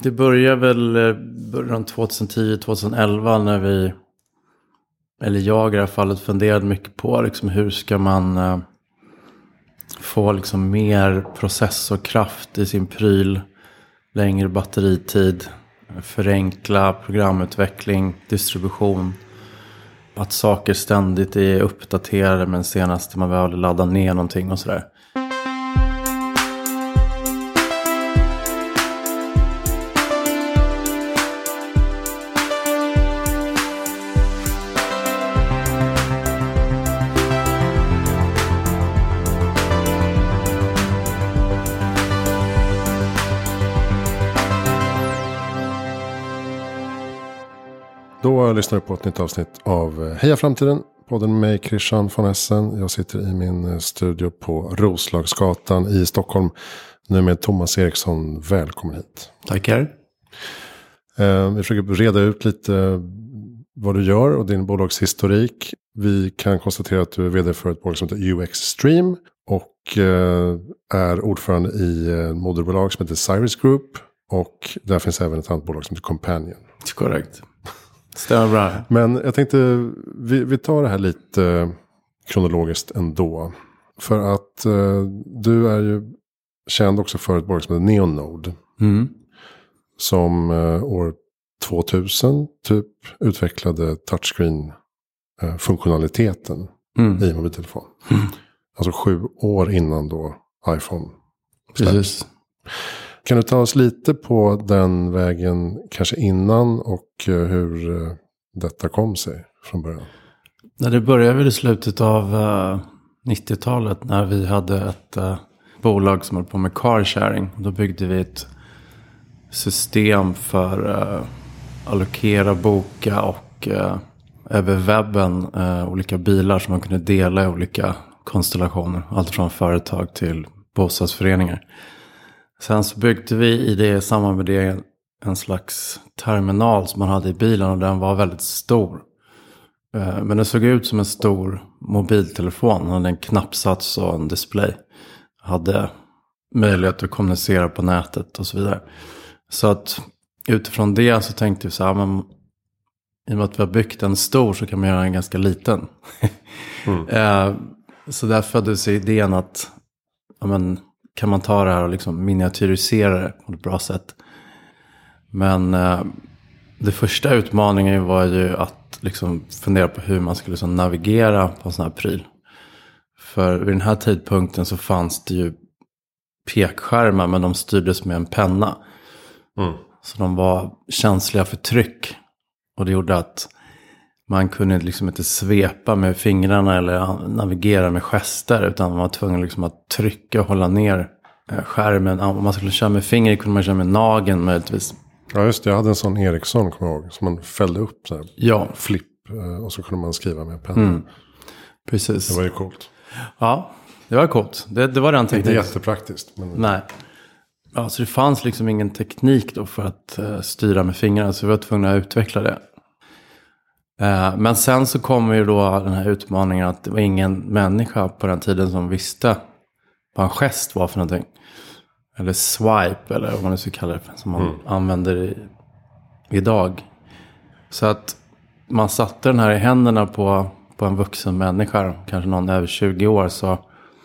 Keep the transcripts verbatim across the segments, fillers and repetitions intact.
Det började väl runt tjugohundratio tjugoelva när vi, eller jag i det här fallet, funderade mycket på liksom hur ska man uh, få liksom mer processorkraft i sin pryl, längre batteritid, förenkla programutveckling, distribution, att saker ständigt är uppdaterade men senast man behöver ladda ner någonting och sådär. Då lyssnar du på ett nytt avsnitt av Heja Framtiden, podden med mig Christian von Essen. Jag sitter i min studio på Roslagsgatan i Stockholm. Nu med Thomas Eriksson, välkommen hit. Tackar. Eh, vi försöker reda ut lite vad du gör och din bolagshistorik. Vi kan konstatera att du är vd för ett bolag som heter U X Stream och eh, är ordförande i ett moderbolag som heter Cyrus Group. Och där finns även ett annat bolag som heter Companion. Korrekt. Stämmer bra. Men jag tänkte, vi, vi tar det här lite eh, kronologiskt ändå. För att eh, du är ju känd också för ett bolag som heter Neonode. Mm. Som eh, år tvåtusen typ utvecklade touchscreen-funktionaliteten mm. i mobiltelefon. Mm. Alltså sju år innan då iPhone. Precis. Kan du ta oss lite på den vägen kanske innan och hur detta kom sig från början? När det började väl i slutet av uh, nittiotalet när vi hade ett uh, bolag som höll på med car sharing. Då byggde vi ett system för uh, allokera, boka och uh, över webben uh, olika bilar som man kunde dela i olika konstellationer. Allt från företag till bostadsföreningar. Sen så byggde vi i det samband med det en slags terminal som man hade i bilen och den var väldigt stor. Men den såg ut som en stor mobiltelefon. Den hade en knappsats och en display. Hade möjlighet att kommunicera på nätet och så vidare. Så att utifrån det så tänkte vi så här, men i och med att vi har byggt en stor så kan man göra en ganska liten. mm. Så där föddes idén att ja, men, kan man ta det här och liksom miniatyrisera det på ett bra sätt. Men eh, det första utmaningen var ju att liksom fundera på hur man skulle liksom navigera på en sån här pryl. För vid den här tidpunkten så fanns det ju pekskärmar men de styrdes med en penna. Mm. Så de var känsliga för tryck. Och det gjorde att man kunde liksom inte svepa med fingrarna eller navigera med gester. Utan man var tvungen liksom att trycka och hålla ner skärmen. Om man skulle köra med fingret kunde man köra med nageln möjligtvis. Ja just det, jag hade en sån Ericsson kommer jag ihåg. Som man fällde upp så här. Ja. Flipp och så kunde man skriva med pennan. Mm. Precis. Det var ju coolt. Ja, det var coolt. Det, det var den tekniken. Inte jättepraktiskt. Men... Nej. Ja, så det fanns liksom ingen teknik då för att uh, styra med fingrarna. Så vi var tvungna att utveckla det. Uh, men sen så kommer ju då den här utmaningen att det var ingen människa på den tiden som visste vad en gest var för någonting. Eller swipe eller vad man nu ska kalla det. Som man mm. använder i, idag. Så att man satte den här i händerna på, på en vuxen människa. Kanske någon över tjugo år. Så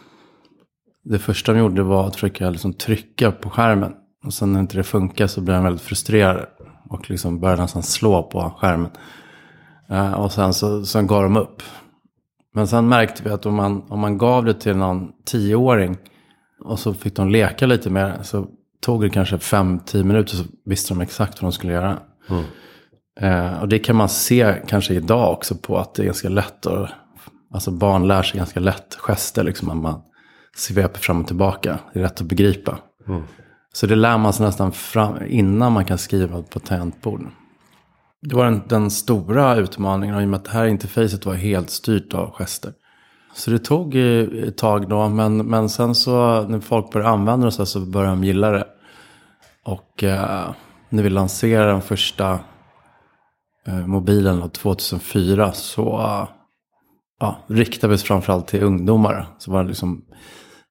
det första de gjorde var att försöka liksom trycka på skärmen. Och sen när inte det funkar så blev de väldigt frustrerade. Och liksom började nästan slå på skärmen. Uh, och sen så sen gav de upp. Men sen märkte vi att om man, om man gav det till någon tioåring. Och så fick de leka lite mer. Så tog det kanske fem till tio minuter så visste de exakt vad de skulle göra. Mm. Uh, och det kan man se kanske idag också på att det är ganska lätt. Och, alltså barn lär sig ganska lätt gester liksom. Att man sveper fram och tillbaka. Det är rätt att begripa. Mm. Så det lär man sig nästan fram, innan man kan skriva på tangentbord. Det var den, den stora utmaningen. I och med att det här interfacet var helt styrt av gester. Så det tog ett tag då. Men, men sen så när folk började använda det så, så började de gilla det. Och eh, när vi lanserade den första eh, mobilen då, tvåtusenfyra så eh, ja, riktade vi oss framförallt till ungdomar. Så var det liksom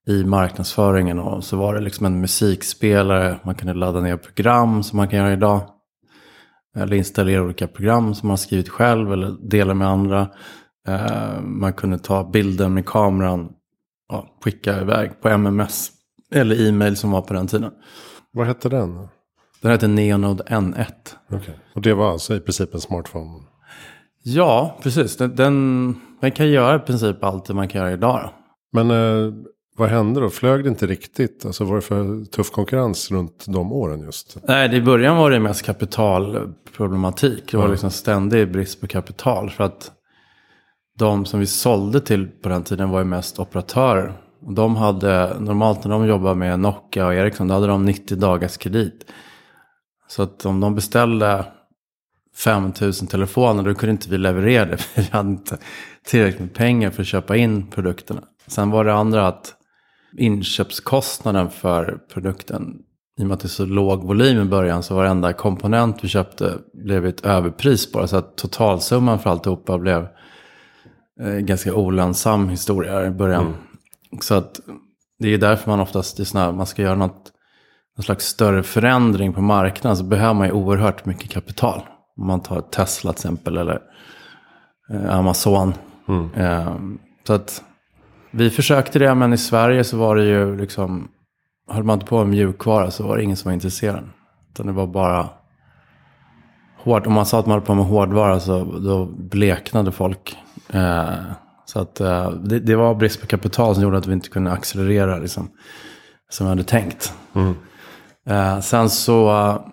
i marknadsföringen. Och så var det liksom en musikspelare. Man kunde ladda ner program som man kan göra idag. Eller installera olika program som man har skrivit själv eller dela med andra. Uh, man kunde ta bilden med kameran och skicka iväg på M M S. Eller e-mail som var på den tiden. Vad hette den? Den hette Neonode N ett. Okay. Och det var alltså i princip en smartphone? Ja, precis. Den, den, den kan göra i princip allt det man kan göra idag. Då. Men eh, vad hände då? Flög det inte riktigt? Alltså var det för tuff konkurrens runt de åren just? Nej, i början var det mest kapitalproblematik. Det var mm. liksom ständig brist på kapital. För att de som vi sålde till på den tiden var ju mest operatörer. Och de hade, normalt när de jobbade med Nokia och Ericsson, då hade de nittio dagars kredit. Så att om de beställde fem tusen telefoner, då kunde inte vi leverera det. För vi hade inte tillräckligt med pengar för att köpa in produkterna. Sen var det andra att inköpskostnaden för produkten, i och med att det är så låg volym i början, så varenda komponent vi köpte blev ett överpris på det. Så att totalsumman för alltihopa blev eh, ganska olönsam historia i början. Mm. Så att det är därför man oftast, det är såna, man ska göra något, någon slags större förändring på marknaden, så behöver man ju oerhört mycket kapital. Om man tar Tesla till exempel eller eh, Amazon. Mm. Eh, så att vi försökte det, men i Sverige så var det ju liksom, höll man inte på med mjukvara så var det ingen som var intresserad. Utan det var bara hård. Om man sa att man höll på med hårdvara så då bleknade folk. Eh, så att eh, det, det var brist på kapital som gjorde att vi inte kunde accelerera liksom, som vi hade tänkt. Mm. Eh, sen så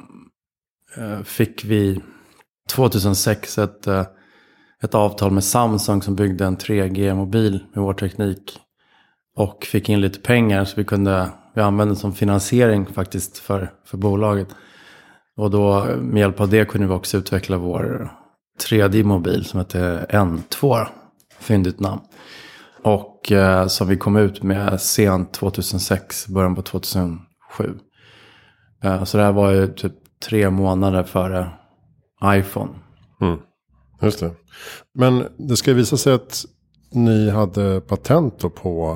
eh, fick vi tjugohundrasex ett, eh, ett avtal med Samsung som byggde en tre G-mobil med vår teknik. Och fick in lite pengar så vi kunde, vi använde det som finansiering faktiskt för, för bolaget. Och då med hjälp av det kunde vi också utveckla vår tre D-mobil som heter N två. Fyndigt namn. Och eh, som vi kom ut med sent tjugohundrasex, början på tjugohundrasju. Eh, så det här var ju typ tre månader före iPhone. Mm. Just det. Men det ska visa sig att ni hade patent då på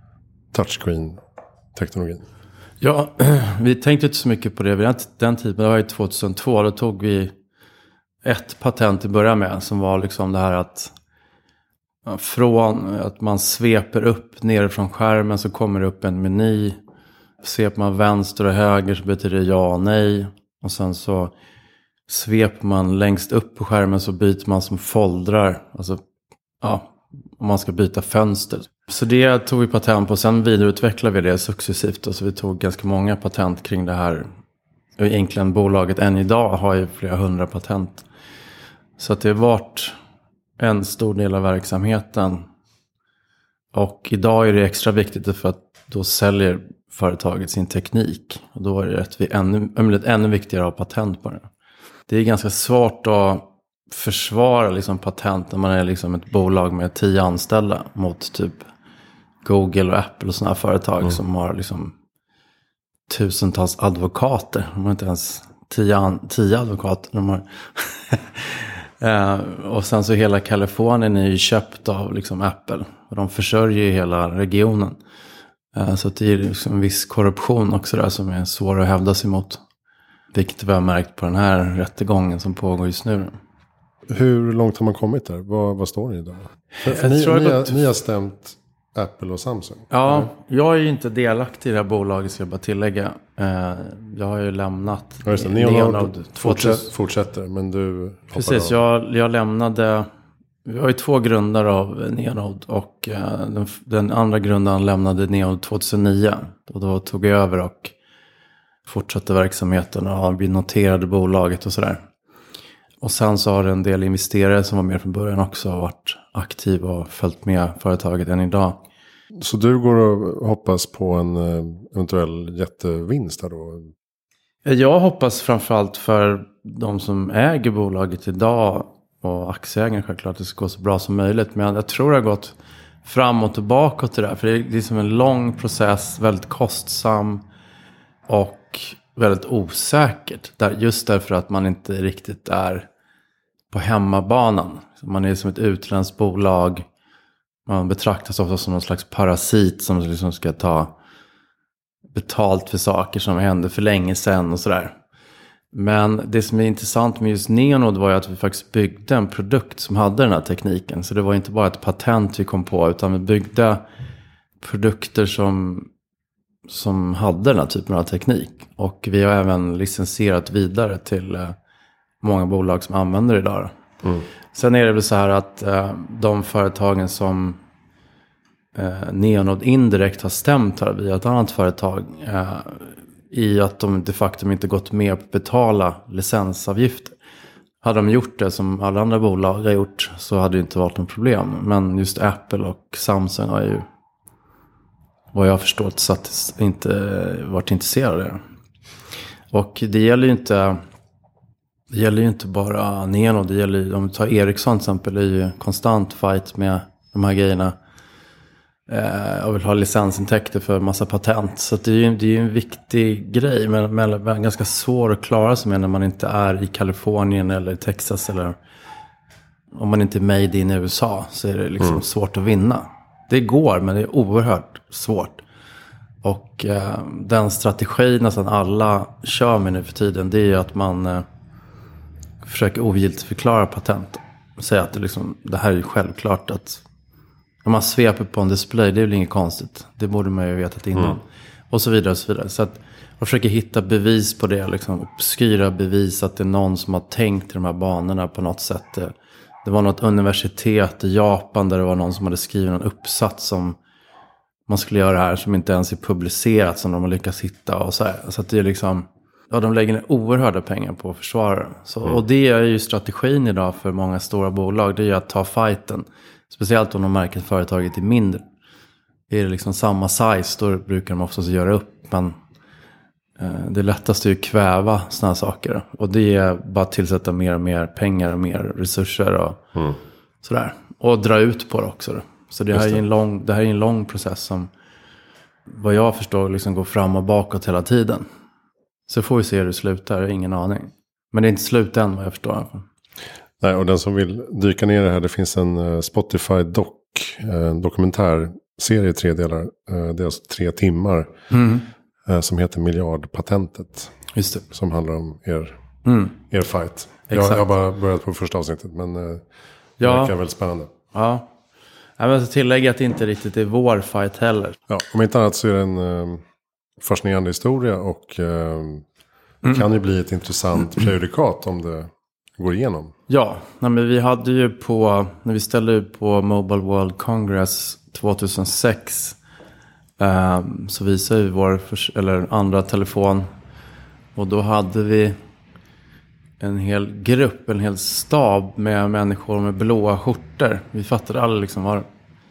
touchscreen-teknologin. Ja, vi tänkte inte så mycket på det vid den tiden. Det var ju tjugohundratvå. Då tog vi ett patent i början med som var liksom det här att från att man sveper upp ner från skärmen så kommer det upp en meny. Sveper man vänster och höger så betyder det ja och nej. Och sen så sveper man längst upp på skärmen så byter man som foldrar. Alltså, ja, om man ska byta fönster. Så det tog vi patent på. Sen vidareutvecklade vi det successivt. Och så vi tog ganska många patent kring det här. Och egentligen bolaget än idag har ju flera hundra patent. Så att det har varit en stor del av verksamheten. Och idag är det extra viktigt för att då säljer företaget sin teknik. Och då är det rätt, ännu, ännu viktigare att ha patent på det. Det är ganska svårt att försvara liksom patent när man är liksom ett bolag med tio anställda mot typ Google och Apple och sådana företag mm. som har liksom tusentals advokater. De har inte ens tio, tio advokater. De har uh, och sen så hela Kalifornien är ju köpt av liksom Apple. Och de försörjer ju hela regionen. Uh, så det är liksom en viss korruption också där som är svår att hävda sig mot. Vilket vi har märkt på den här rättegången som pågår just nu. Hur långt har man kommit där? Vad, vad står ni idag? För, för ni, ni, gått... ni har stämt Apple och Samsung. Ja, eller? Jag är ju inte delaktig i det här bolaget, ska jag bara tillägga. Jag har ju lämnat ja, just det. Neonode fortsätter, fortsätter, men du... Precis, jag, jag lämnade... Vi har ju två grundare av Neonode och den, den andra grundaren lämnade Neonode tjugohundranio. Och då tog jag över och fortsatte verksamheten och vi noterade bolaget och sådär. Och sen så har en del investerare som var med från början också varit aktiva och följt med företaget än idag. Så du går och hoppas på en eventuell jättevinst där då? Jag hoppas framförallt för de som äger bolaget idag och aktieägarna självklart att det ska gå så bra som möjligt. Men jag tror det har gått fram och tillbaka till det där. För det är liksom en lång process, väldigt kostsam och väldigt osäkert. Just därför att man inte riktigt är på hemmabanan. Man är som ett utländskt bolag Man betraktas ofta som någon slags parasit som liksom ska ta betalt för saker som hände för länge sedan och sådär. Men det som är intressant med just Neonode var ju att vi faktiskt byggde en produkt som hade den här tekniken. Så det var inte bara ett patent vi kom på, utan vi byggde produkter som, som hade den här typen av teknik. Och vi har även licensierat vidare till eh, många bolag som använder det idag. Mm. Sen är det väl så här att eh, de företagen som eh, Neonode indirekt har stämt här via ett annat företag eh, i att de de facto inte gått med på att betala licensavgifter. Hade de gjort det som alla andra bolag har gjort så hade det inte varit något problem. Men just Apple och Samsung har ju, vad jag har förstått, så att inte varit intresserade av det. Och det gäller ju inte, det gäller ju inte bara Neonode. Det gäller ju, om vi tar Ericsson till exempel, det är ju konstant fight med de här grejerna. Eh, och vill ha licensintäkter för massa patent. Så att det är ju det är ju en viktig grej. Men, men, men ganska svår att klara sig med när man inte är i Kalifornien eller Texas. Eller om man inte är made in i U S A så är det liksom mm. svårt att vinna. Det går, men det är oerhört svårt. Och eh, den strategi nästan alla kör med nu för tiden, det är ju att man eh, försöker ogiltigförklara patent. Säga att det, liksom, det här är ju självklart att om man sveper på en display, det är väl inget konstigt. Det borde man ju vetat innan. Mm. Och så vidare och så vidare. Så att jag försöker hitta bevis på det. Liksom, obskyra bevis att det är någon som har tänkt i de här banorna på något sätt. Det, det var något universitet i Japan där det var någon som hade skrivit en uppsats som man skulle göra här som inte ens är publicerat, som de har lyckats hitta. Och så här. Så att det är liksom, ja, de lägger ner oerhörda pengar på att försvara. Så, mm. Och det är ju strategin idag för många stora bolag. Det är ju att ta fighten. Speciellt om de märker att företaget är mindre. Är det liksom samma size, då brukar de oftast göra upp. Men eh, det lättaste är ju att kväva såna här saker. Och det är bara att tillsätta mer och mer pengar och mer resurser och mm. sådär. Och dra ut på det också. Då. Så det här, det. Är en lång, det här är en lång process som, vad jag förstår, liksom går fram och bakåt hela tiden. Så får vi se hur det slutar, ingen aning. Men det är inte slut än, vad jag förstår. Nej, och den som vill dyka ner i det här, det finns en uh, Spotify-doc, en dokumentärserie i tre delar. Uh, det är alltså tre timmar mm. uh, som heter Miljardpatentet. Just det. Som handlar om er, mm. er fight. Jag, jag har bara börjat på första avsnittet, men uh, det ja. verkar väldigt spännande. Ja, jag vill tillägga att det inte riktigt är vår fight heller. Ja, om inte annat så är det en uh, fascinerande historia och uh, mm. kan ju bli ett intressant prejudikat om det går igenom. Ja, nej, men vi hade ju på, när vi ställde ut på Mobile World Congress tjugohundrasex eh, så visade vi vår för, eller andra telefon. Och då hade vi en hel grupp, en hel stab med människor med blåa skjortor. Vi fattade alla liksom vad,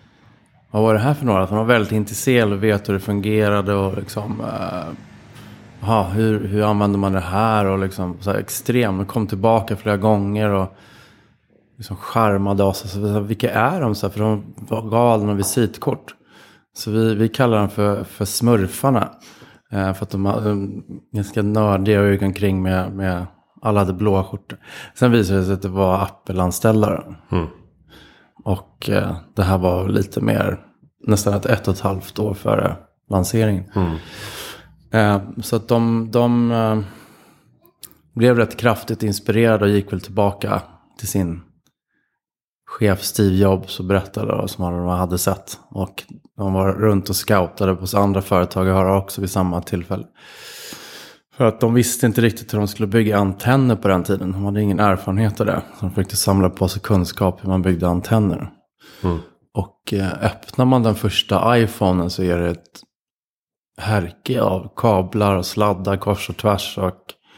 vad var det här för några? De var väldigt intresserade och vet hur det fungerade och liksom... Eh, Aha, hur, hur använder man det här och liksom så här extremt. De kom tillbaka flera gånger och liksom charmade oss. Alltså, vilka är de? Så här, för de var galna visitkort. Så vi, vi kallar dem för, för smurfarna. Eh, för att de var ganska nördiga och gick omkring med, med alla hade blåa skjortor. Sen visade det sig att det var Apple-anställare. Mm. Och eh, det här var lite mer, nästan ett ett och ett halvt år före lanseringen. Mm. Eh, så att de, de eh, blev rätt kraftigt inspirerade och gick väl tillbaka till sin chef Steve Jobs och berättade vad som de hade sett. Och de var runt och scoutade på andra företag och hörde också vid samma tillfälle. För att de visste inte riktigt hur de skulle bygga antenner på den tiden. De hade ingen erfarenhet av det. Så de fick samla på sig kunskap hur man byggde antenner. Mm. Och eh, öppnar man den första iPhonen så är det ett härke av kablar och sladdar kors och tvärs. Och,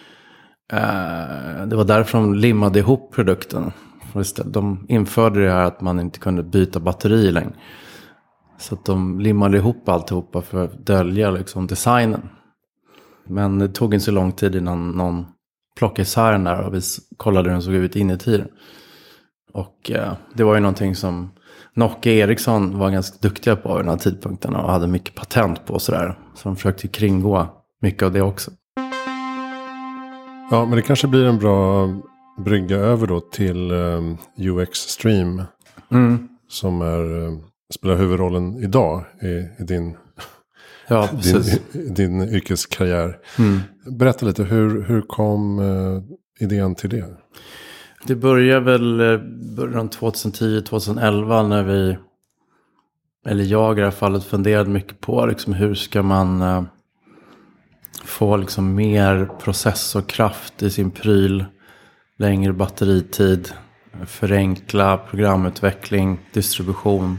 eh, det var därför de limmade ihop produkten. De införde det här att man inte kunde byta batteri längre. Så att de limmade ihop alltihopa för att dölja liksom designen. Men det tog inte så lång tid innan någon plockade isär den där och vi kollade hur den såg ut inuti den. Och eh, det var ju någonting som Nokia och Ericsson var ganska duktiga på vid den här tidpunkten och hade mycket patent på sådär. Så de försökte kringgå mycket av det också. Ja, men det kanske blir en bra brygga över då till um, U X Stream. Mm. Som är um, spelar huvudrollen idag i, i din, ja, din, din yrkeskarriär. Mm. Berätta lite, hur, hur kom uh, idén till det? Det började väl början tjugohundratio tjugoelva när vi, eller jag i det här fallet, funderade mycket på liksom, hur ska man uh, få liksom, mer processorkraft i sin pryl, längre batteritid, förenkla programutveckling, distribution.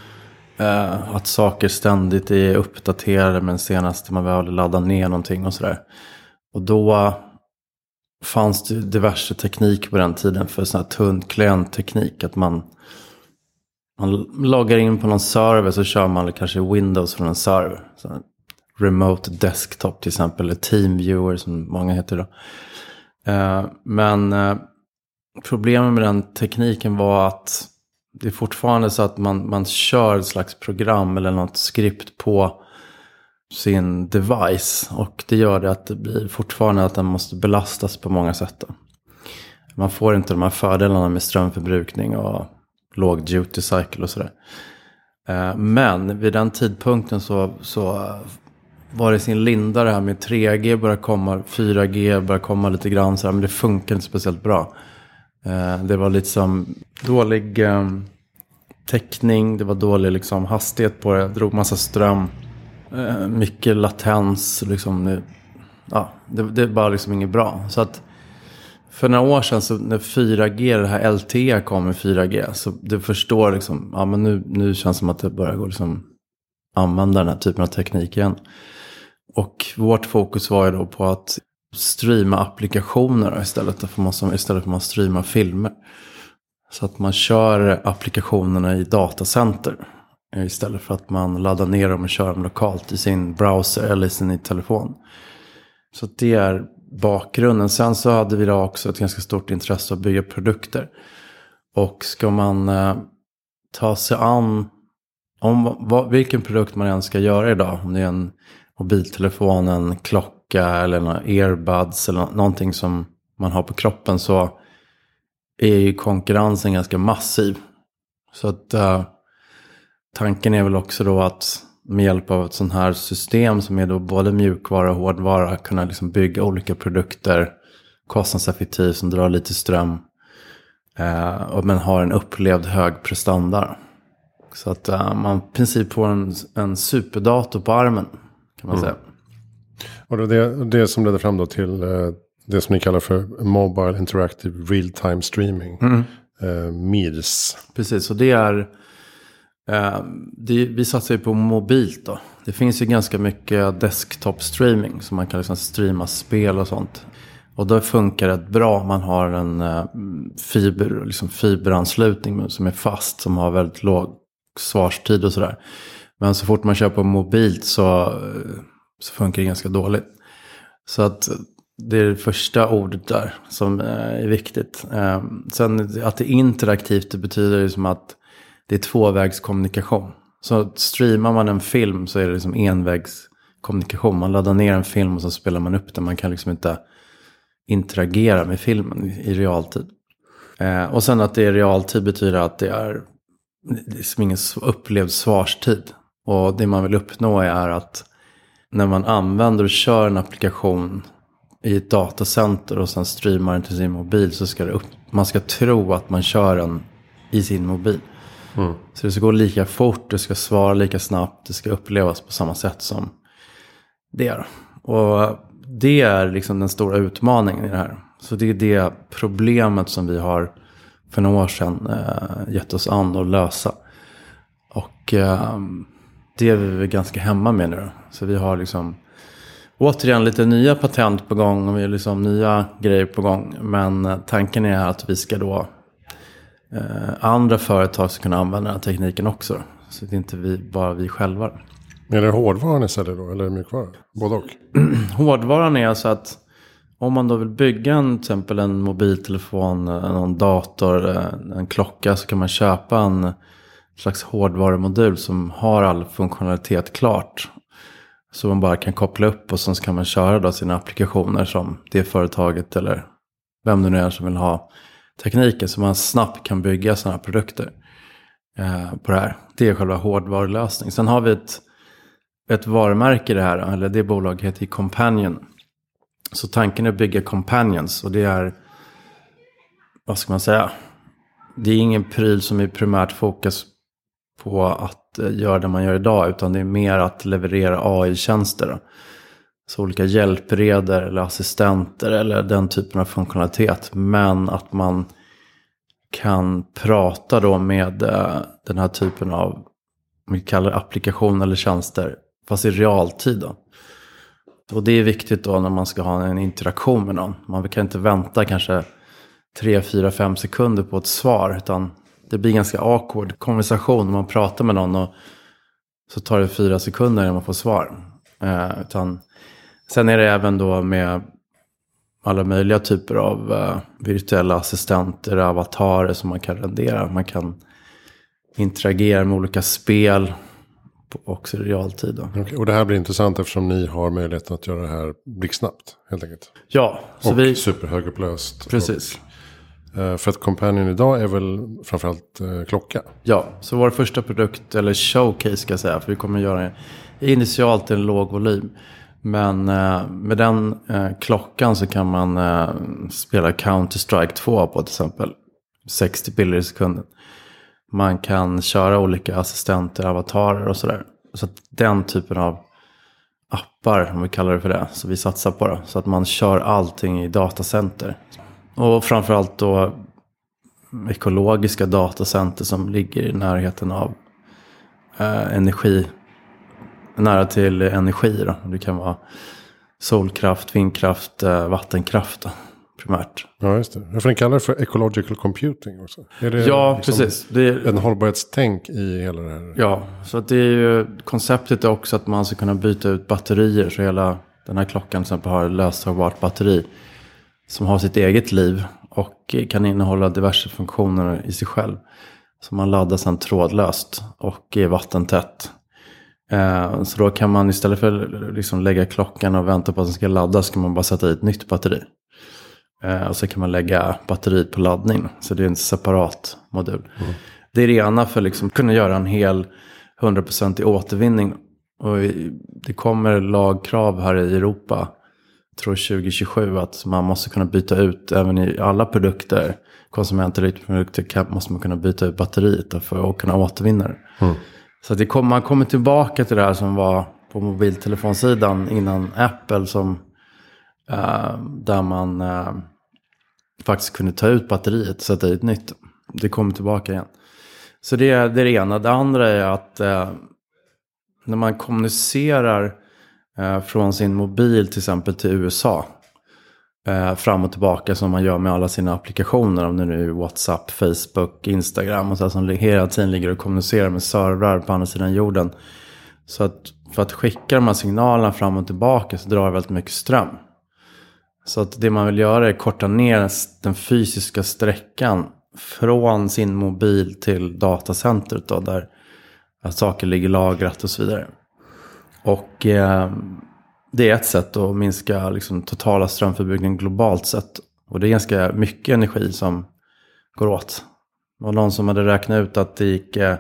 Uh, att saker ständigt är uppdaterade men senast man väl laddar ner någonting och sådär. Och då fanns det diverse teknik på den tiden för sån här tunn klientteknik. Att man, man loggar in på någon server så kör man kanske Windows från en server. Så remote desktop till exempel, eller TeamViewer som många heter då. Uh, men uh, problemet med den tekniken var att det är fortfarande så att man, man kör ett slags program eller något skript på sin device. Och det gör det att det blir fortfarande att den måste belastas på många sätt. Man får inte de här fördelarna med strömförbrukning och låg duty cycle och sådär. Men vid den tidpunkten så, så var det sin linda det här med tre G började komma, fyra G började komma lite grann så här, men det funkar inte speciellt bra. Det var lite som dålig eh, täckning, det var dålig liksom, hastighet på det, drog massa ström, eh, mycket latens, liksom, det, ja, det, det var liksom inget bra. Så att för några år sedan så när fyra G, det här L T E kom med fyra G, så du förstår liksom, ja men nu, nu känns det som att det börjar gå liksom använda den här typen av teknik igen. Och vårt fokus var ju då på att streama applikationer istället för man som istället för man streamar filmer. Så att man kör applikationerna i datacenter istället för att man laddar ner dem och kör dem lokalt i sin browser eller i sin telefon. Så det är bakgrunden. Sen så hade vi då också ett ganska stort intresse att bygga produkter. Och ska man eh, ta sig an om vad, vilken produkt man än ska göra idag, om det är en mobiltelefon, en klocka eller några earbuds eller någonting som man har på kroppen, så är ju konkurrensen ganska massiv. Så att uh, tanken är väl också då att med hjälp av ett sånt här system som är då både mjukvara och hårdvara kunna liksom bygga olika produkter kostnadseffektivt som drar lite ström uh, och men har en upplevd hög prestanda. Så att uh, man i princip får en, en superdator på armen, kan man mm. säga. Och det, det som ledde fram då till eh, det som ni kallar för Mobile Interactive Real-Time Streaming. Mm. Eh, M I R S. Precis, och det är... Eh, det, vi satsar ju på mobilt då. Det finns ju ganska mycket desktop streaming. Så man kan liksom streama spel och sånt. Och då funkar det bra om man har en eh, fiber, liksom fiberanslutning som är fast. Som har väldigt låg svarstid och sådär. Men så fort man kör på mobilt så... så funkar det ganska dåligt. Så att det är det första ordet där som är viktigt. Sen att det är interaktivt, det betyder liksom att det är tvåvägskommunikation. Så streamar man en film så är det liksom envägskommunikation. Man laddar ner en film och så spelar man upp den. Man kan liksom inte interagera med filmen i realtid. Och sen att det är realtid betyder att det är, det är ingen upplevd svarstid. Och det man vill uppnå är att när man använder och kör en applikation i ett datacenter och sen streamar den till sin mobil, så ska det upp, man ska tro att man kör den i sin mobil. Mm. Så det ska gå lika fort, det ska svara lika snabbt, det ska upplevas på samma sätt som det är. Och det är liksom den stora utmaningen i det här. Så det är det problemet som vi har för några år sedan eh, gett oss an att lösa. Och... Eh, det är vi ganska hemma med nu. Så vi har liksom återigen lite nya patent på gång och vi har liksom nya grejer på gång. Men tanken är att vi ska då eh, andra företag ska kunna använda den här tekniken också. Så det är inte vi, bara vi själva. Är det hårdvaran istället då? Eller mjukvaran? Både och? Hårdvaran är alltså att om man då vill bygga en, till exempel en mobiltelefon, någon dator, en klocka, så kan man köpa en slags hårdvarumodul som har all funktionalitet klart. Så man bara kan koppla upp och så kan man köra då sina applikationer som det företaget eller vem det nu är som vill ha tekniken. Så man snabbt kan bygga sådana här produkter. eh, på det här. Det är själva hårdvarulösning. Sen har vi ett, ett varumärke i det här, eller det bolaget heter Companion. Så tanken är att bygga Companions, och det är, vad ska man säga, det är ingen pryl som är primärt fokus på att eh, göra det man gör idag, utan det är mer att leverera A I-tjänster då. Så olika hjälpreder eller assistenter eller den typen av funktionalitet. Men att man kan prata då med eh, den här typen av, vi kallar applikation eller tjänster, fast i realtid då. Och det är viktigt då när man ska ha en interaktion med någon. Man kan inte vänta kanske tre, fyra, fem sekunder på ett svar, utan det blir ganska awkward konversation när man pratar med någon och så tar det fyra sekunder när man får svar. Eh, utan sen är det även då med alla möjliga typer av uh, virtuella assistenter, avatarer som man kan rendera. Man kan interagera med olika spel också i realtid. Då. Okay, och det här blir intressant eftersom ni har möjligheten att göra det här blixtsnabbt, helt enkelt. Ja. Så och vi... superhögupplöst. Precis. Och, uh, för att Companion idag är väl framförallt uh, klocka. Ja, så vår första produkt, eller showcase ska jag säga, för vi kommer göra initialt en låg volym. Men eh, med den eh, klockan så kan man eh, spela Counter-Strike två på till exempel sextio bilder i sekunden. Man kan köra olika assistenter, avatarer och sådär. Så att den typen av appar, om vi kallar det för det, så vi satsar på det. Så att man kör allting i datacenter. Och framförallt då ekologiska datacenter som ligger i närheten av eh, energi. Nära till energi då. Det kan vara solkraft, vindkraft, vattenkraft då, primärt. Ja, just det. För den kallar det för ecological computing också. Är det ja, liksom precis. Det är en hållbarhetstänk i hela det här? Ja, så att det är ju, konceptet är också att man ska kunna byta ut batterier. Så hela den här klockan till exempel har ett löstagbart batteri som har sitt eget liv och kan innehålla diverse funktioner i sig själv. Så man laddar sedan trådlöst och är vattentätt. Eh, så då kan man istället för att liksom lägga klockan och vänta på att den ska ladda, så kan man bara sätta i ett nytt batteri. Eh, och så kan man lägga batteriet på laddning. Så det är en separat modul. Mm. Det är det ena för att liksom kunna göra en hel hundra procent i återvinning. Och det kommer lagkrav här i Europa, tror tjugo tjugosju, att man måste kunna byta ut även i alla produkter, konsumentelektronikprodukter, måste man kunna byta ut batteriet för att kunna återvinna det. Mm. Så det kom, man kommer tillbaka till det här som var på mobiltelefonsidan innan Apple, som äh, där man äh, faktiskt kunde ta ut batteriet och sätta i ett nytt. Det kommer tillbaka igen. Så det är det ena. Det andra är att äh, när man kommunicerar äh, från sin mobil till exempel till U S A äh, fram och tillbaka, som man gör med alla sina applikationer, om det nu är WhatsApp, Facebook, Instagram och så, som hela tiden ligger och kommunicerar med servrar på andra sidan jorden. Så att för att skicka de här signalerna fram och tillbaka så drar det väldigt mycket ström. Så att det man vill göra är korta ner den fysiska sträckan från sin mobil till datacentret då, där saker ligger lagrat och så vidare. Och eh, det är ett sätt att minska liksom totala strömförbrukning globalt sett. Och det är ganska mycket energi som går åt. Det var någon som hade räknat ut att det gick eh,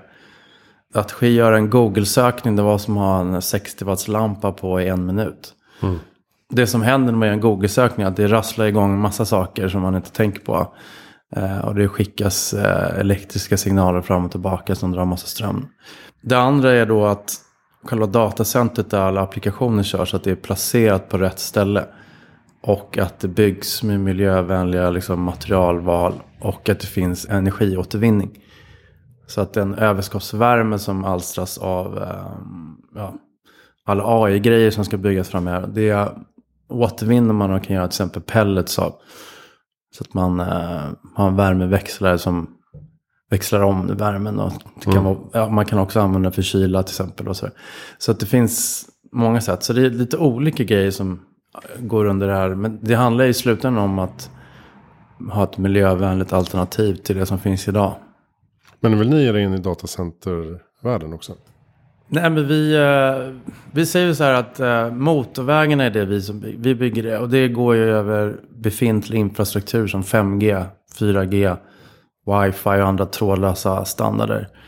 att göra en Google-sökning, det var som att ha en sextio watts lampa på i en minut. Mm. Det som händer med en Google-sökning är att det rasslar igång en massa saker som man inte tänker på. Eh, och det skickas eh, elektriska signaler fram och tillbaka som drar massa ström. Det andra är då att själva datacentret där alla applikationer körs, att det är placerat på rätt ställe. Och att det byggs med miljövänliga liksom, materialval. Och att det finns energiåtervinning. Så att den överskottsvärme som alstras av eh, ja, alla A I-grejer som ska byggas framöver, det återvinner man och kan göra till exempel pellets av. Så att man eh, har en värmeväxlare som växlar om värmen. Och det kan mm. vara, ja, man kan också använda för kyla till exempel. Och så så att det finns många sätt. Så det är lite olika grejer som går under det här. Men det handlar i slutändan om att ha ett miljövänligt alternativ till det som finns idag. Men vill ni ge er in i datacentervärlden också? Nej, men vi, vi säger så här att motorvägarna är det vi som vi bygger det. Och det går ju över befintlig infrastruktur som fem G, fyra G, wifi och andra trådlösa standarder.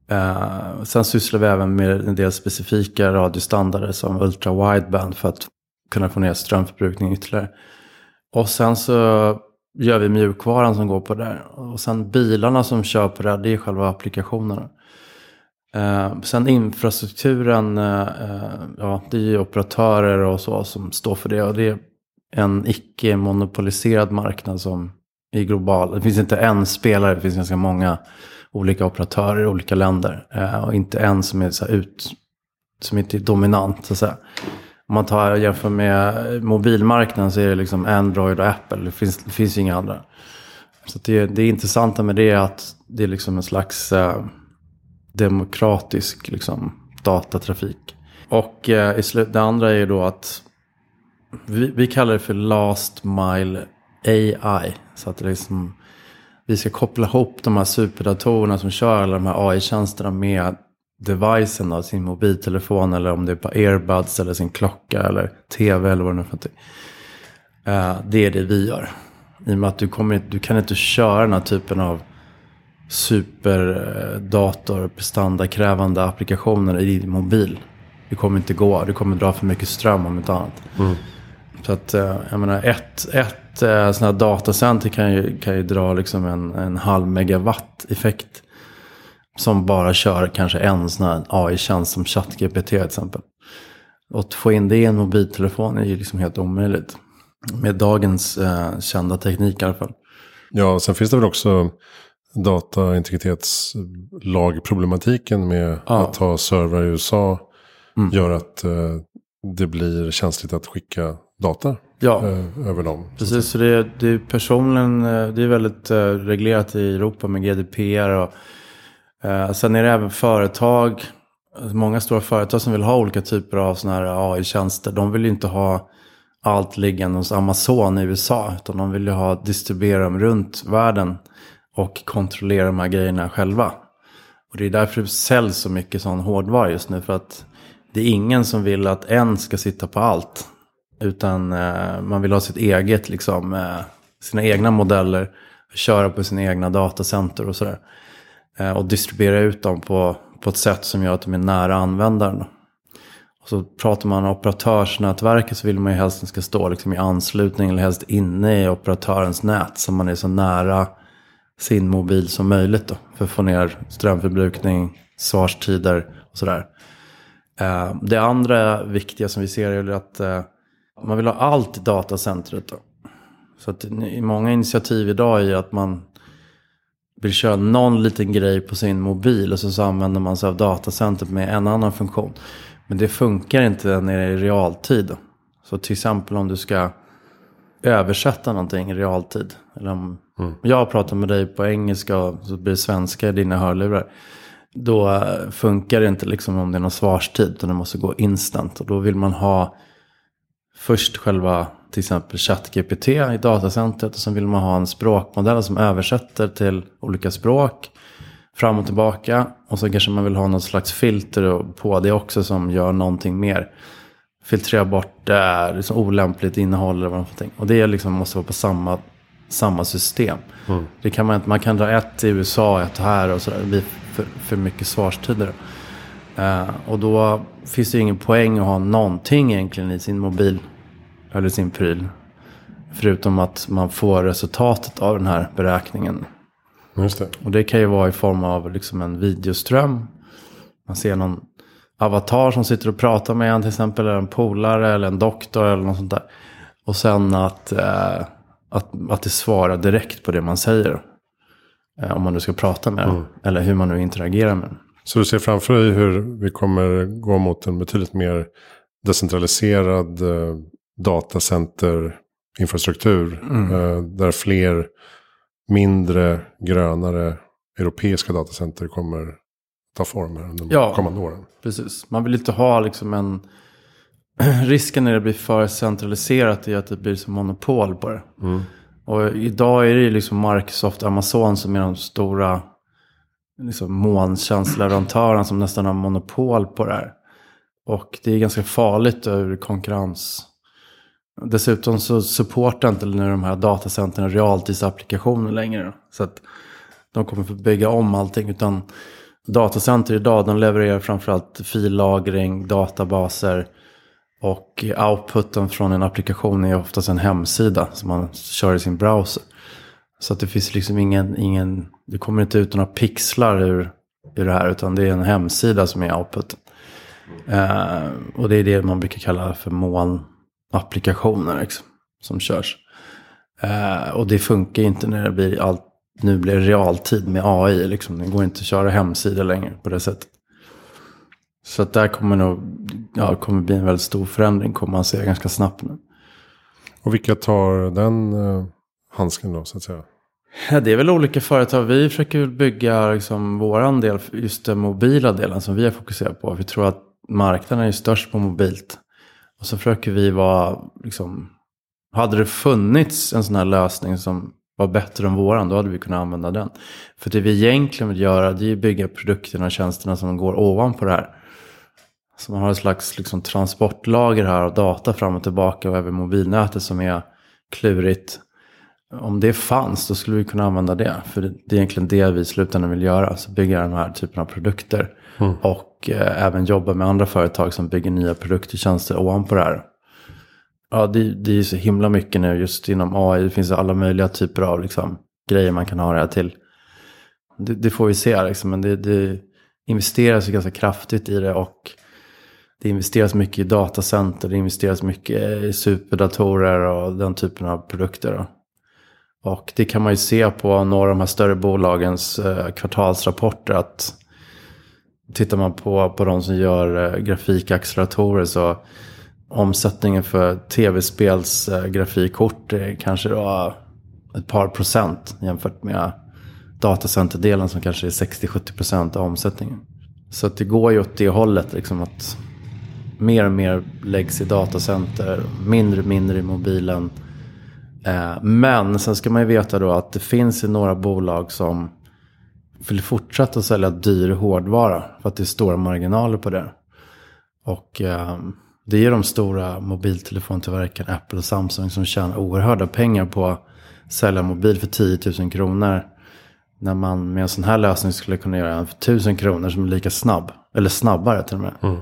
Uh, sen sysslar vi även med en del specifika radiostandarder som ultra wideband för att kunna få ner strömförbrukning ytterligare. Och sen så gör vi mjukvaran som går på det. Och sen bilarna som kör på det, det är själva applikationerna. Uh, sen infrastrukturen, uh, ja, det är ju operatörer och så som står för det. Och det är en icke-monopoliserad marknad som är global. Det finns inte en spelare, det finns ganska många olika operatörer i olika länder. Uh, och inte en som är så här ut, som inte är dominant så att säga. Om man tar jämför med mobilmarknaden så är det liksom Android och Apple. Det finns, det finns inga andra. Så det, det intressanta med det är att det är liksom en slags eh, demokratisk liksom, datatrafik. Och eh, i slut, det andra är ju då att vi, vi kallar det för last mile A I. Så att det liksom, vi ska koppla ihop de här superdatorerna som kör alla de här A I-tjänsterna med devicen av sin mobiltelefon eller om det är på earbuds eller sin klocka eller tv eller vad det nu är för någonting. Uh, det är det vi gör. I och med att du, kommer, du kan inte köra den här typen av superdator, prestandakrävande applikationer i din mobil. Det kommer inte gå. Det kommer dra för mycket ström om inte annat. Mm. Så att, uh, jag menar, ett, ett uh, sån här datacenter kan ju, kan ju dra liksom en, en halv megawatt effekt. Som bara kör kanske en sån här A I-tjänst som ChatGPT till exempel. Och att få in det i en mobiltelefon är ju liksom helt omöjligt. Med dagens eh, kända teknik i alla fall. Ja, sen finns det väl också dataintegritetslagproblematiken med ja. att ha servrar i U S A. Mm. Gör att eh, det blir känsligt att skicka data ja. eh, över dem. Precis, så det är, det är personligen det är väldigt eh, reglerat i Europa med G D P R och Uh, sen är det även företag, många stora företag som vill ha olika typer av såna här A I-tjänster. De vill ju inte ha allt liggande hos Amazon i U S A, utan de vill ju ha distribuera dem runt världen och kontrollera de här grejerna själva. Och det är därför det säljs så mycket sån hårdvara just nu, för att det är ingen som vill att en ska sitta på allt, utan uh, man vill ha sitt eget liksom, uh, sina egna modeller, köra på sina egna datacenter och sådär. Och distribuera ut dem på, på ett sätt som gör att de är nära användaren. Och så pratar man om operatörsnätverket, så vill man ju helst att den ska stå liksom i anslutning eller helst inne i operatörens nät, så man är så nära sin mobil som möjligt då, för att få ner strömförbrukning, svarstider och sådär. Det andra viktiga som vi ser är att man vill ha allt i datacentret då. Så att i många initiativ idag är att man vill köra någon liten grej på sin mobil och så, så använder man sig av datacentret med en annan funktion. Men det funkar inte när det är i realtid då. Så till exempel om du ska översätta någonting i realtid. Eller om mm. jag pratar med dig på engelska och så blir det svenska i dina hörlurar. Då funkar det inte liksom om det är någon svarstid, utan det måste gå instant. Och då vill man ha först själva till exempel ChatGPT i datacentret, och sen vill man ha en språkmodell som översätter till olika språk fram och tillbaka, och så kanske man vill ha något slags filter på det också som gör någonting mer. Filtrera bort äh, liksom olämpligt innehåll eller vad man får tänka. Och det liksom måste vara på samma, samma system. Mm. Det kan man inte, man kan dra ett i U S A, ett här och sådär. Det blir för, för mycket svarstider. Uh, och då finns det ju ingen poäng att ha någonting egentligen i sin mobil eller sin pryl, förutom att man får resultatet av den här beräkningen. Just det. Och det kan ju vara i form av liksom en videoström. Man ser någon avatar som sitter och pratar med en till exempel, eller en polare eller en doktor eller något sånt där. Och sen att, eh, att, att det svarar direkt på det man säger. Eh, om man nu ska prata med mm. den, eller hur man nu interagerar med den. Så du ser framför dig hur vi kommer gå mot en betydligt mer decentraliserad eh, datacenterinfrastruktur. Mm. Eh, där fler mindre, grönare europeiska datacenter kommer ta form här de ja, kommande åren. Precis. Man vill inte ha liksom en... Risken när det blir för centraliserat är att det blir som monopol på det. Mm. Och idag är det liksom Microsoft och Amazon som är de stora liksom molntjänstleverantörerna som nästan har monopol på det här. Och det är ganska farligt ur konkurrens. Dessutom så supportar inte nu de här datacentren realtidsapplikationer längre. Så att de kommer få bygga om allting, utan datacenter idag, de levererar framförallt fillagring, databaser och outputen från en applikation är oftast en hemsida som man kör i sin browser. Så att det finns liksom ingen, ingen det kommer inte ut några pixlar ur, ur det här, utan det är en hemsida som är outputen. Uh, och det är det man brukar kalla för molnapplikationer liksom, som körs. Uh, och det funkar inte när det blir allt, nu blir det realtid med A I. Liksom. Det går inte att köra hemsidor längre på det sättet. Så att där kommer nog, ja, kommer bli en väldigt stor förändring, kommer man se ganska snabbt nu. Och vilka tar den uh, handsken då, så att säga? Ja, det är väl olika företag. Vi försöker bygga liksom, våran del, just den mobila delen som vi har fokuserat på. Vi tror att marknaden är störst på mobilt. Och så försöker vi vara, liksom, hade det funnits en sån här lösning som var bättre än våran, då hade vi kunnat använda den. För det vi egentligen vill göra, det är att bygga produkterna och tjänsterna som går ovanpå det här. Så man har ett slags liksom, transportlager här och data fram och tillbaka och över mobilnätet som är klurigt. Om det fanns, då skulle vi kunna använda det. För det är egentligen det vi i slutändan vill göra. Så bygga den här typen av produkter. Mm. Och eh, även jobba med andra företag som bygger nya produkter och tjänster ovanpå det här. Ja, det, det är så himla mycket nu just inom A I. Det finns alla möjliga typer av liksom, grejer man kan ha det här till. Det, det får vi se liksom. Men det, det investeras ganska kraftigt i det. Och det investeras mycket i datacenter. Det investeras mycket i superdatorer och den typen av produkter då. Och det kan man ju se på några av de här större bolagens eh, kvartalsrapporter, att tittar man på, på de som gör eh, grafikacceleratorer, så omsättningen för tv-spels eh, grafikkort är kanske då ett par procent jämfört med datacenterdelen som kanske är sextio till sjuttio procent av omsättningen. Så att det går ju åt det hållet liksom, att mer och mer läggs i datacenter, mindre och mindre i mobilen. Men sen ska man ju veta då att det finns ju några bolag som vill fortsätta att sälja dyr hårdvara för att det är stora marginaler på det. Och eh, det är de stora mobiltelefontillverkarna Apple och Samsung som tjänar oerhörda pengar på att sälja mobil för tio tusen kronor. När man med en sån här lösning skulle kunna göra en för tusen kronor som är lika snabb. Eller snabbare till och med. Mm.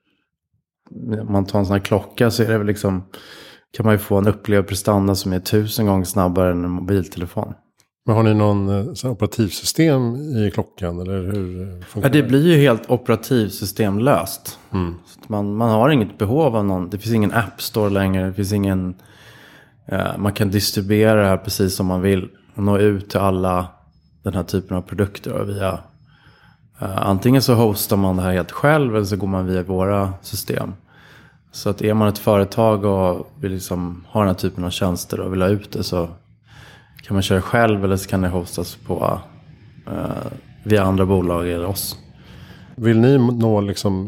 Om man tar en sån här klocka så är det väl liksom, kan man ju få en upplevd prestanda som är tusen gånger snabbare än en mobiltelefon. Men har ni någon så operativsystem i klockan? Eller hur funkar ja, det? Blir ju helt operativsystemlöst. Mm. Så man, man har inget behov av någon. Det finns ingen app store längre. Det finns ingen, eh, man kan distribuera det här precis som man vill. Och nå ut till alla den här typen av produkter via. Eh, antingen så hostar man det här helt själv eller så går man via våra system. Så att är man ett företag och vill liksom ha den här typen av tjänster och vill ha ut det, så kan man köra själv eller så kan det hostas på uh, via andra bolag eller oss. Vill ni nå liksom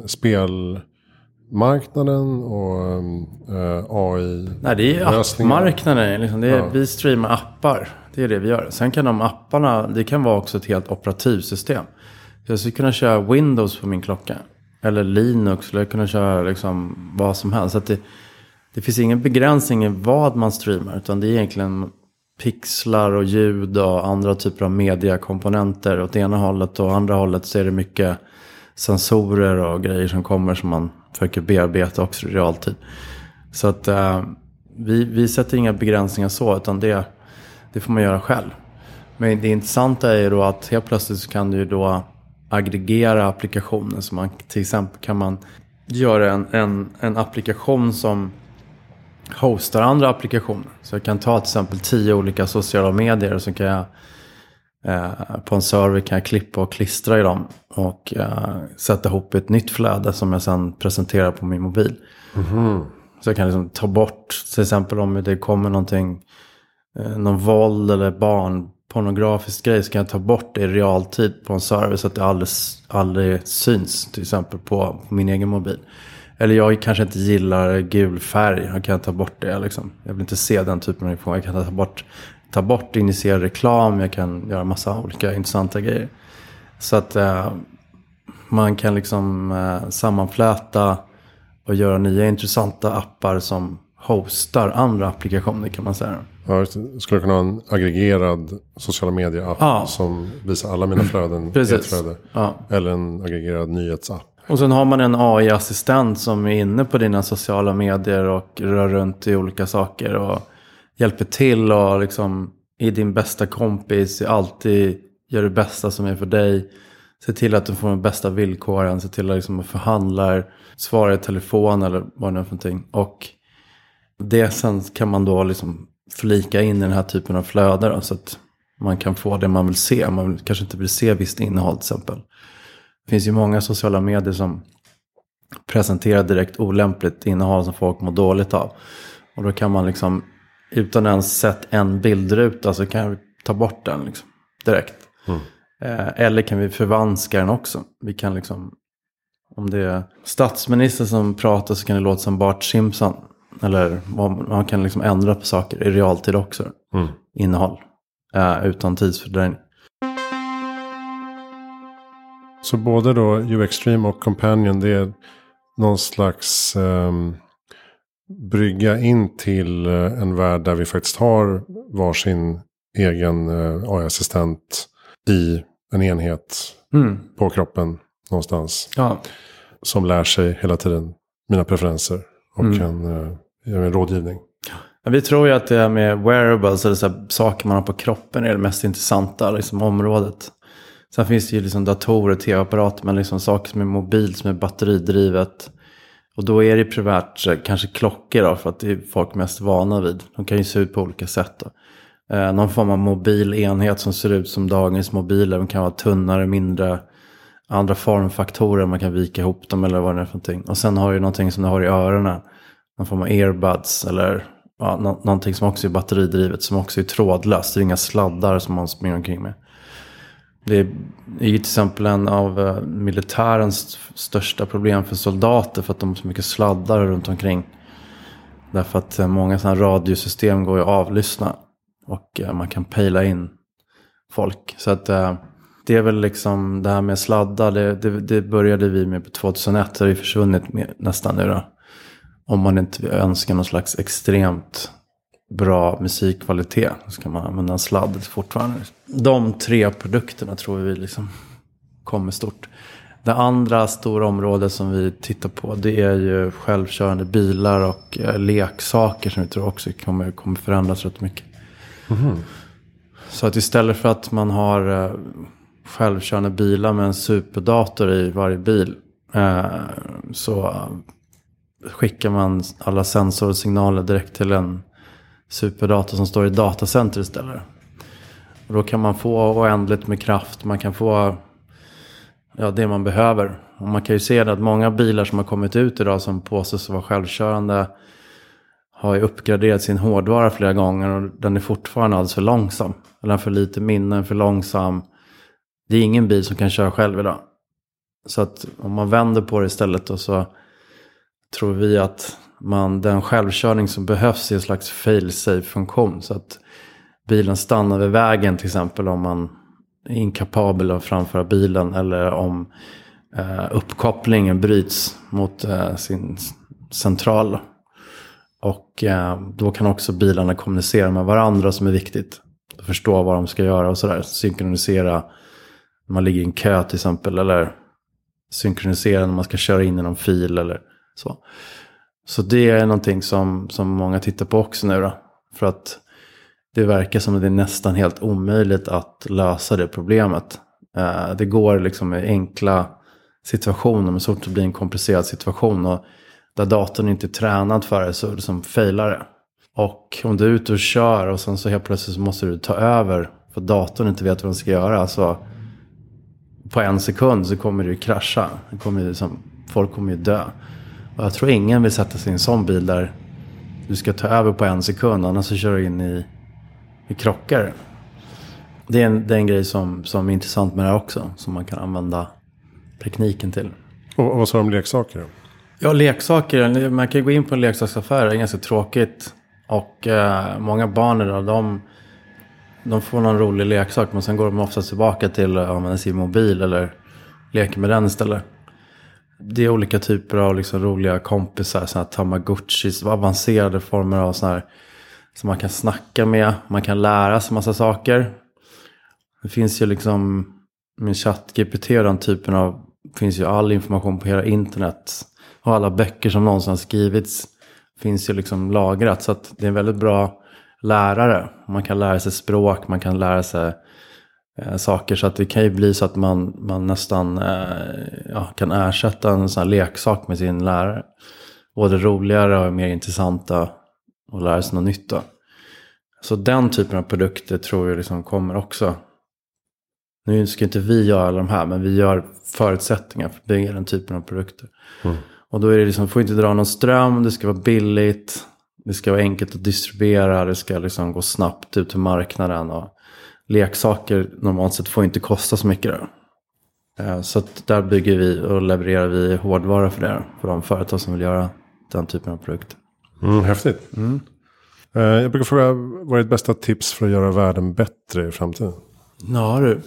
spelmarknaden och uh, A I? Nej, det är appmarknaden. Liksom. Det är, ja. Vi streamar appar. Det är det vi gör. Sen kan de apparna, det kan vara också ett helt operativsystem. Jag skulle kunna köra Windows på min klocka. Eller Linux, eller kunna köra liksom vad som helst. Så att det, det finns ingen begränsning i vad man streamar. Utan det är egentligen pixlar och ljud och andra typer av mediakomponenter åt ena hållet. Och andra hållet så är det mycket sensorer och grejer som kommer som man försöker bearbeta också i realtid. Så att uh, vi, vi sätter inga begränsningar så, utan det, det får man göra själv. Men det intressanta är ju då att helt plötsligt så kan du ju då aggregera applikationer. Så man, till exempel kan man göra en, en, en applikation som hostar andra applikationer. Så jag kan ta till exempel tio olika sociala medier och så kan jag eh, på en server kan jag klippa och klistra i dem och eh, sätta ihop ett nytt flöde som jag sedan presenterar på min mobil. Mm-hmm. Så jag kan liksom ta bort, till exempel om det kommer någonting, eh, någon våld eller barn pornografiskt grej, så kan jag ta bort det i realtid på en server så att det aldrig, aldrig syns till exempel på, på min egen mobil. Eller jag kanske inte gillar gul färg, jag kan ta bort det liksom. Jag vill inte se den typen av information. Jag kan ta bort, ta bort initiera reklam, jag kan göra massa olika intressanta grejer. Så att eh, man kan liksom eh, sammanfläta och göra nya intressanta appar som hostar andra applikationer kan man säga. Ja, skulle kunna ha en aggregerad sociala medier-app ja. Som visar alla mina flöden. Precis. Ja. Eller en aggregerad nyhetsapp. Och sen har man en A I-assistent som är inne på dina sociala medier och rör runt i olika saker och hjälper till och liksom är din bästa kompis, alltid gör det bästa som är för dig. Se till att du får de bästa villkoren, se till att liksom förhandlar, svarar i telefon eller vad det är för någonting. Och det sen kan man då liksom flika in i den här typen av flöden då, så att man kan få det man vill se. Man vill, kanske inte vill se visst innehåll till exempel. Det finns ju många sociala medier som presenterar direkt olämpligt innehåll som folk mår dåligt av. Och då kan man liksom, utan ens sett en bildruta så kan vi ta bort den liksom, direkt. Mm. Eh, eller kan vi förvanska den också. Vi kan liksom, om det är statsminister som pratar så kan det låta som Bart Simpson. Eller man kan liksom ändra på saker i realtid också. Mm. Innehåll. Eh, utan tidsfördröjning. Så både då U X Stream och Companion, det är någon slags eh, brygga in till en värld där vi faktiskt har varsin egen eh, A I-assistent i en enhet mm. på kroppen någonstans. Ja. Som lär sig hela tiden mina preferenser och mm. kan eh, ge mig rådgivning. Ja, vi tror ju att det här med wearables, eller så här, saker man har på kroppen, är det mest intressanta liksom, området. Sen finns det ju liksom datorer, tv-apparater, men liksom saker som är mobil, som är batteridrivet. Och då är det primärt kanske klockor då, för att det är folk mest vana vid. De kan ju se ut på olika sätt då. Eh, någon form av mobil enhet som ser ut som dagens mobiler. De kan vara tunnare, mindre, andra formfaktorer. Man kan vika ihop dem eller vad det är för någonting. Och sen har du någonting som du har i öronen. Någon form av earbuds eller ja, nå- någonting som också är batteridrivet, som också är trådlöst. Det är inga sladdar som man springer omkring med. Det är ju till exempel en av uh, militärens största problem för soldater, för att de har så mycket sladdar runt omkring. Därför att uh, många sådana radiosystem går ju att avlyssna och uh, man kan pejla in folk. Så att uh, det är väl liksom det här med sladdar, det, det, det började vi med på tjugohundraett, så det är försvunnit med, nästan nu då. Om man inte önskar någon slags extremt bra musikkvalitet så kan man använda sladdet fortfarande. De tre produkterna tror vi liksom kommer stort. Det andra stora området som vi tittar på, det är ju självkörande bilar och eh, leksaker som vi tror också kommer, kommer förändras rätt mycket. Mm-hmm. Så att istället för att man har eh, självkörande bilar med en superdator i varje bil eh, så eh, skickar man alla sensorsignaler direkt till en superdator som står i datacenter istället. Och då kan man få oändligt med kraft. Man kan få ja, det man behöver. Och man kan ju se att många bilar som har kommit ut idag som påstås vara självkörande har ju uppgraderat sin hårdvara flera gånger och den är fortfarande alldeles för långsam. Eller för lite minnen, för långsam. Det är ingen bil som kan köra själv idag. Så att om man vänder på det istället då, så tror vi att man, den självkörning som behövs är en slags fail-safe-funktion. Så att bilen stannar vid vägen till exempel om man är inkapabel att framföra bilen. Eller om eh, uppkopplingen bryts mot eh, sin central. Och eh, då kan också bilarna kommunicera med varandra som är viktigt. Förstå vad de ska göra och sådär. Synkronisera när man ligger i en kö till exempel. Eller synkronisera när man ska köra in i någon fil eller så. Så det är någonting som, som många tittar på också nu då. För att det verkar som att det är nästan helt omöjligt att lösa det problemet. Eh, det går liksom i enkla situationer, men så fort det blir en komplicerad situation och där datorn inte är tränad för det så är det som failar det. Och om du är ute och kör och sen så helt plötsligt så måste du ta över för datorn inte vet vad den ska göra. Alltså på en sekund så kommer det ju krascha. Det kommer ju liksom, folk kommer ju dö. Och jag tror ingen vill sätta sig i en sån bil där du ska ta över på en sekund, annars så kör du in i, i krockar. Det är en, det är en grej som, som är intressant med det här också, som man kan använda tekniken till. Och, och vad sa de om leksaker? Ja, leksaker. Man kan gå in på en leksaksaffär, det är ganska tråkigt. Och eh, många barn idag, de, de får någon rolig leksak, men sen går de ofta tillbaka till att använda sin mobil eller leker med den istället. det är olika typer av liksom roliga kompisar. Såna här tamagotchis, avancerade former av såna här som man kan snacka med. Man kan lära sig massa saker. Det finns ju liksom med ChatGPT och den typen av, finns ju all information på hela internet. Och alla böcker som någonsin har skrivits finns ju liksom lagrat. Så att det är en väldigt bra lärare. Man kan lära sig språk, man kan lära sig eh, saker. Så att det kan ju bli så att man, man nästan eh, ja, kan ersätta en sån här leksak med sin lärare. Både roligare och mer intressanta och lära sig något nytt då. Så den typen av produkter tror jag liksom kommer också. Nu ska inte vi göra alla de här, men vi gör förutsättningar för att bygga den typen av produkter. Mm. Och då är det liksom, får inte dra någon ström, det ska vara billigt, det ska vara enkelt att distribuera, det ska liksom gå snabbt ut till marknaden. Och leksaker normalt sett får inte kosta så mycket då. Så att där bygger vi och levererar vi hårdvara för det, för de företag som vill göra den typen av produkter. Mm, häftigt. Mm. Jag brukar fråga, vad är ditt bästa tips för att göra världen bättre i framtiden? Ja du.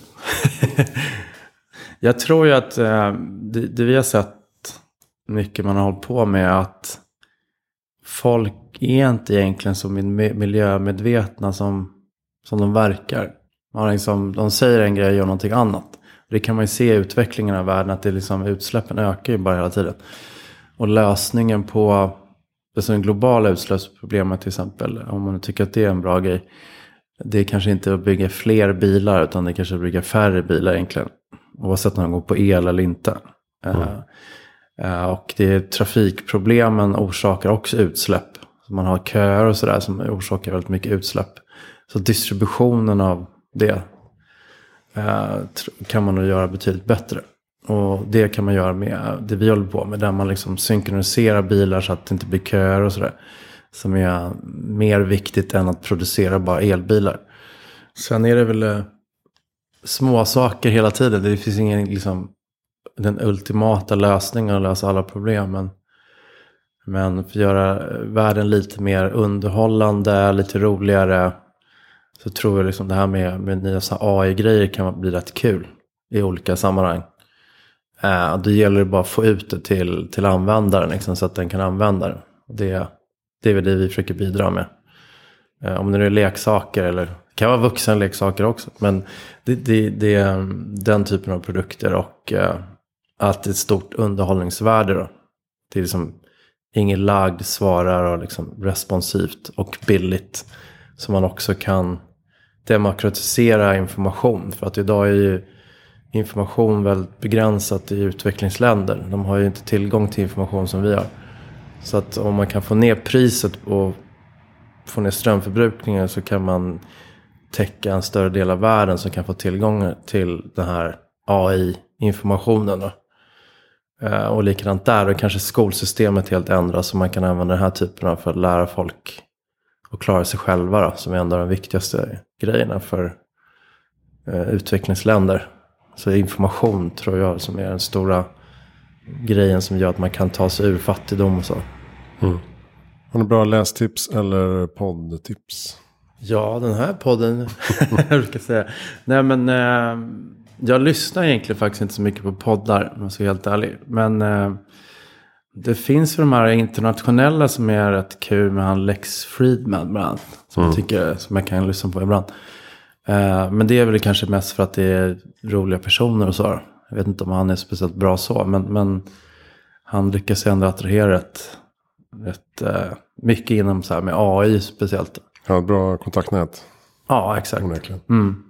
Jag tror ju att eh, det, det vi har sett mycket man har hållit på med, att folk är inte egentligen så miljömedvetna som, som de verkar. Man liksom, de säger en grej och gör någonting annat. Det kan man ju se i utvecklingen av världen, att det liksom, utsläppen ökar ju bara hela tiden. Och lösningen på det som globala utsläppsproblemet till exempel, om man tycker att det är en bra grej, det är kanske inte att bygga fler bilar, utan det är kanske att bygga färre bilar egentligen. Oavsett om de går på el eller inte. Mm. Uh, uh, och det är trafikproblemen orsakar också utsläpp. Så man har köer och sådär som orsakar väldigt mycket utsläpp. Så distributionen av det uh, kan man nog göra betydligt bättre. Och det kan man göra med det vi håller på med, där man liksom synkroniserar bilar så att det inte blir köer och sådär. Som är mer viktigt än att producera bara elbilar. Sen är det väl eh, små saker hela tiden. Det finns ingen liksom den ultimata lösningen att lösa alla problem. Men, men för att göra världen lite mer underhållande, lite roligare, så tror jag liksom det här med, med nya A I-grejer kan bli rätt kul i olika sammanhang. Eh, då gäller det bara att få ut det till, till användaren liksom, så att den kan använda det. Det Det är väl det vi försöker bidra med. Eh, om det nu är leksaker, eller det kan vara vuxenleksaker också. Men det, det, det är den typen av produkter, och eh, att det är ett stort underhållningsvärde då. Det är liksom ingen lagd, svarar och liksom responsivt och billigt. Så man också kan demokratisera information. För att idag är ju information väldigt begränsat i utvecklingsländer. De har ju inte tillgång till information som vi har. Så att om man kan få ner priset och få ner strömförbrukningen, så kan man täcka en större del av världen som kan få tillgång till den här A I-informationen. Då. Och likadant där, och kanske skolsystemet helt ändras, så man kan använda den här typen av för att lära folk att klara sig själva då, som är en av de viktigaste grejerna för eh, utvecklingsländer. Så information tror jag som är den stora grejen som gör att man kan ta sig ur fattigdom och så. Mm. Har du bra lästips eller poddtips? Ja, den här podden jag ska säga. Nej, men eh, jag lyssnar egentligen faktiskt inte så mycket på poddar, om jag ska vara helt ärlig. Men eh, det finns ju de här internationella som är rätt kul, med han Lex Friedman bland annat, som, mm. jag tycker, som jag kan lyssna på ibland. Eh, men det är väl kanske mest för att det är roliga personer och så. Jag vet inte om han är speciellt bra så, men, men han lyckas ändå attrahera rätt, rätt uh, mycket inom så här med A I speciellt. Ja, bra kontaktnät. Ja, exakt. Mm.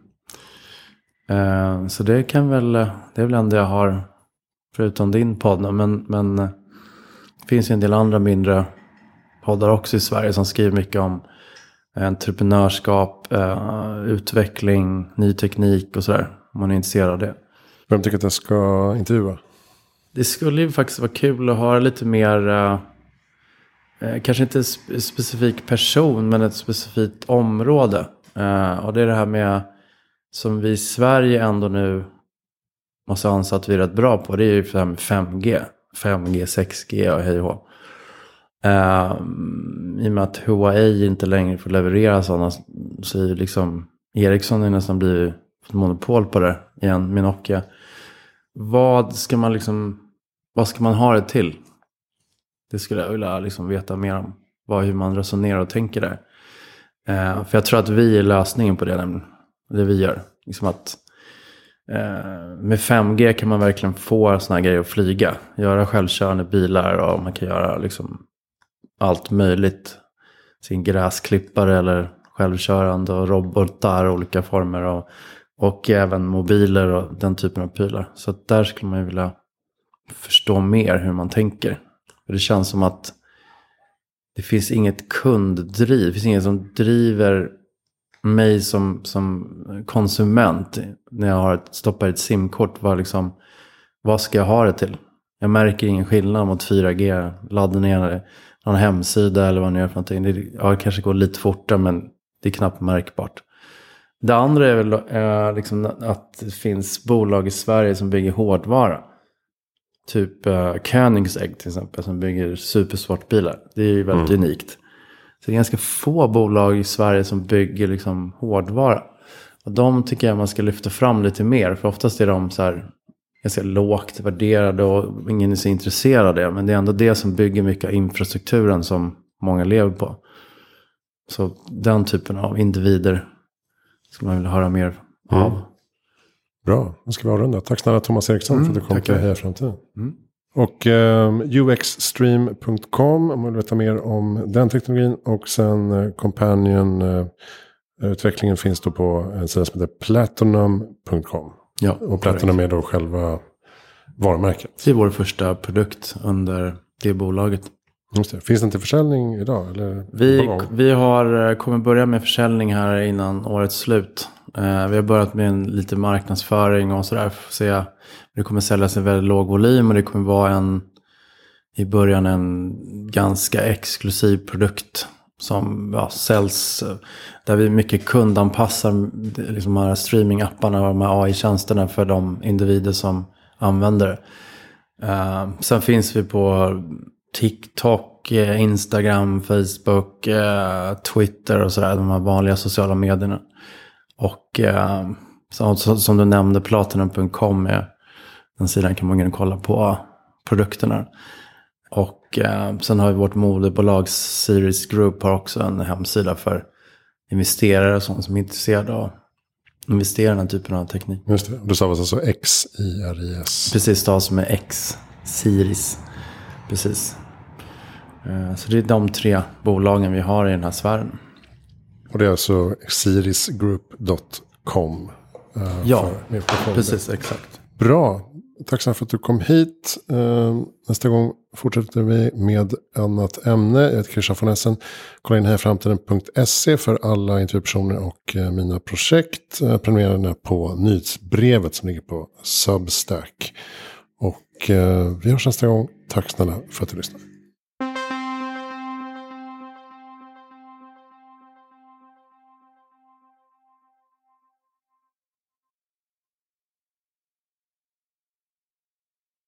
Uh, så det kan väl, det är väl ändå jag har, förutom din podd, men, men uh, det finns ju en del andra mindre poddar också i Sverige som skriver mycket om entreprenörskap, uh, utveckling, ny teknik och sådär, om man är intresserad av det. Vem tycker att jag ska intervjua? Det skulle ju faktiskt vara kul att höra lite mer, uh, eh, kanske inte en spe- specifik person, men ett specifikt område. Uh, och det är det här med, som vi i Sverige ändå nu måste anse att vi är rätt bra på. Det är ju det här med fem G. fem G, sex G och hej och hå. Uh, I och med att Huawei inte längre får leverera sådana, så är liksom Ericsson är nästan blivit monopol på det igen med Nokia. Vad ska man liksom, vad ska man ha det till? Det skulle jag vilja liksom veta mer om. Vad, hur man resonerar och tänker där. Eh, för jag tror att vi är lösningen på det. Det vi gör. Liksom att eh, med fem G kan man verkligen få såna här grejer att flyga. Göra självkörande bilar och man kan göra liksom allt möjligt. Sin gräsklippare eller självkörande och robotar och olika former. Och, och även mobiler och den typen av prylar. Så att där skulle man ju vilja förstå mer hur man tänker. För det känns som att det finns inget kunddriv. Det finns inget som driver mig som, som konsument. När jag har ett, stoppar ett simkort. Vad, liksom, vad ska jag ha det till? Jag märker ingen skillnad mot fyra G. Ladda ner någon hemsida eller vad ni gör för någonting. Det, ja, det kanske går lite fortare men det är knappt märkbart. Det andra är väl äh, liksom att det finns bolag i Sverige som bygger hårdvara. Typ uh, Koenigsegg till exempel som bygger supersportbilar. Det är ju väldigt mm. unikt. Så det är ganska få bolag i Sverige som bygger liksom hårdvara. Och de tycker jag man ska lyfta fram lite mer. För oftast är de så här ganska lågt värderade och ingen är så intresserad av det. Men det är ändå det som bygger mycket av infrastrukturen som många lever på. Så den typen av individer skulle man vilja höra mer av. Mm. Bra, nu ska vi avrunda. Tack snälla Thomas Eriksson mm, för att du kom tackar. till Heja Framtiden. Mm. Och um, u x stream punkt com om man vill veta mer om den teknologin. Och sen uh, Companion-utvecklingen uh, finns då på en sida som heter platinum punkt com. Ja, och Platinum korrekt. Är då själva varumärket. Det är vår första produkt under det bolaget. Just det. Finns det inte försäljning idag? Eller vi, vi har, kommer börja med försäljning här innan årets slut. Uh, vi har börjat med en lite marknadsföring och sådär. För att se. Det kommer säljas en väldigt låg volym och det kommer vara en i början en ganska exklusiv produkt som ja, säljs där vi mycket kundanpassar liksom de här streamingapparna och de här A I-tjänsterna för de individer som använder det. Uh, sen finns vi på TikTok, Instagram, Facebook, uh, Twitter och sådär, de här vanliga sociala medierna. Och uh, så, så, som du nämnde, platinum punkt com är den sidan kan man gå in och kolla på produkterna. Och uh, sen har vi vårt moderbolag Series Group har också en hemsida för investerare och sånt som är intresserade av investera i den här typen av teknik. Just det, du sa alltså X I R I S. Precis, det som är X, Series. Precis. Uh, så det är de tre bolagen vi har i den här sfären. Och det är alltså seriesgroup punkt com. Uh, ja, precis, exakt. Bra, tack så mycket för att du kom hit. Uh, nästa gång fortsätter vi med annat ämne. Jag heter Christian von Essen. Kolla in hejaframtiden punkt se för alla intervjupersoner och uh, mina projekt. Uh, prenumerera på nyhetsbrevet som ligger på Substack. Och uh, vi hörs nästa gång. Tack snälla för att du lyssnar.